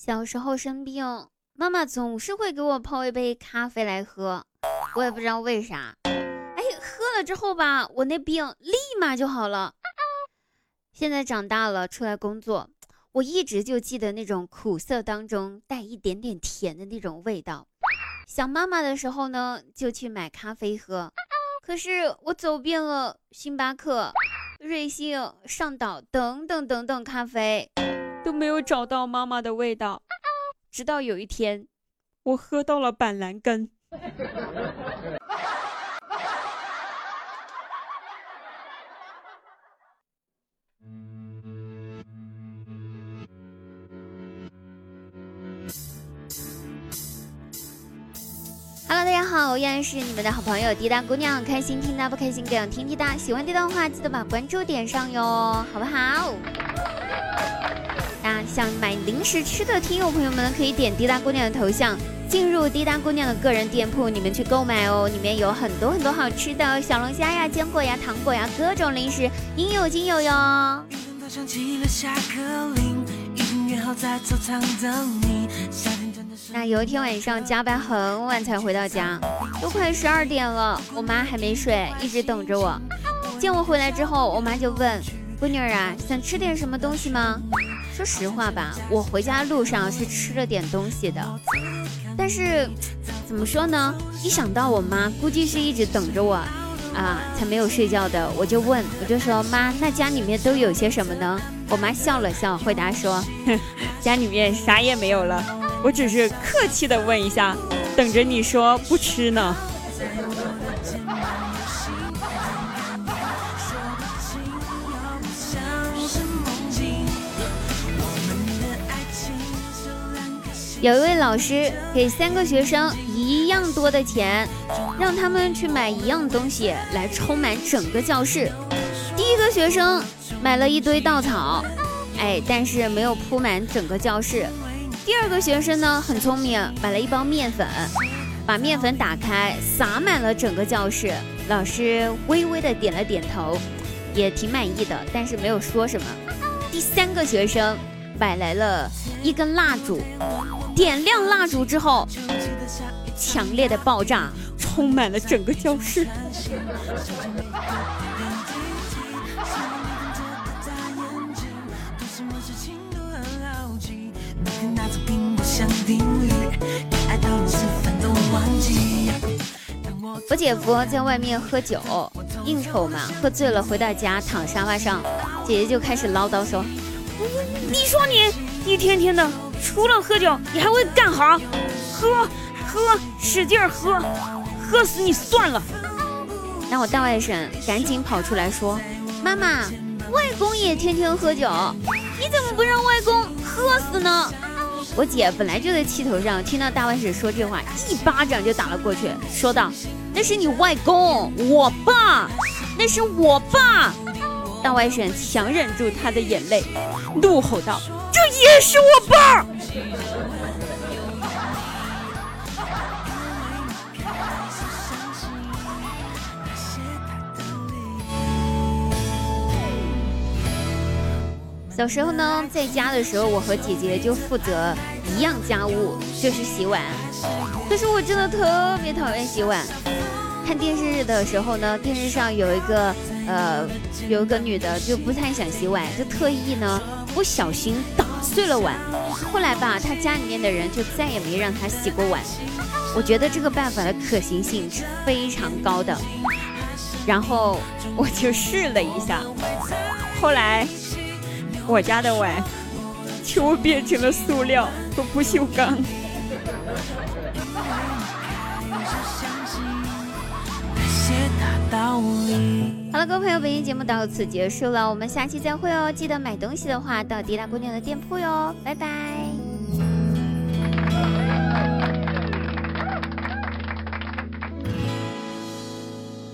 小时候生病，妈妈总是会给我泡一杯咖啡来喝，我也不知道为啥。喝了之后吧，我那病立马就好了。现在长大了，出来工作，我一直就记得那种苦涩当中带一点点甜的那种味道。想妈妈的时候呢，就去买咖啡喝。可是我走遍了星巴克、瑞幸、上岛等等等等咖啡，都没有找到妈妈的味道。直到有一天，我喝到了板蓝根。Hello， 大家好，我依然是你们的好朋友滴答姑娘，开心听答不开心更要听滴答，喜欢滴答的话记得把关注点上哟，好不好？那想买零食吃的听友朋友们可以点滴答姑娘的头像，进入滴答姑娘的个人店铺，你们去购买哦，里面有很多很多好吃的小龙虾呀、坚果呀、糖果呀，各种零食应有尽有哟。那有一天晚上加班很晚才回到家，都快12点了，我妈还没睡，一直等着我。见我回来之后，我妈就问：闺女儿啊，想吃点什么东西吗？说实话吧，我回家路上是吃了点东西的，但是怎么说呢，一想到我妈估计是一直等着我才没有睡觉的，我就说妈，那家里面都有些什么呢？我妈笑了笑回答说，家里面啥也没有了，我只是客气的问一下，等着你说不吃呢。有一位老师给3个学生一样多的钱，让他们去买一样东西来充满整个教室。第一个学生买了一堆稻草，但是没有铺满整个教室。第二个学生呢很聪明，买了一包面粉，把面粉打开撒满了整个教室。老师微微的点了点头，也挺满意的，但是没有说什么。第3个学生买来了一根蜡烛，点亮蜡烛之后，强烈的爆炸充满了整个教室。我姐夫在外面喝酒应酬嘛，喝醉了回到家躺沙发上，姐姐就开始唠叨说，你说你一天天的除了喝酒你还会干啥？喝使劲喝死你算了。那我大外甥赶紧跑出来说，妈妈，外公也天天喝酒，你怎么不让外公喝死呢？我姐本来就在气头上，听到大外甥说这话，一巴掌就打了过去，说道，那是你外公，我爸，那是我爸。大外甥强忍住他的眼泪，怒吼道，这也是我爸。小时候呢，在家的时候，我和姐姐就负责一样家务，就是洗碗。可是我真的特别讨厌洗碗。看电视的时候呢，电视上有一个女的就不太想洗碗，就特意呢不小心打碎了碗。后来吧，她家里面的人就再也没让她洗过碗。我觉得这个办法的可行性是非常高的。然后我就试了一下，后来我家的碗就变成了塑料和不锈钢。好了，各位朋友，本期节目到此结束了，我们下期再会哦！记得买东西的话到滴答姑娘的店铺哟，拜拜。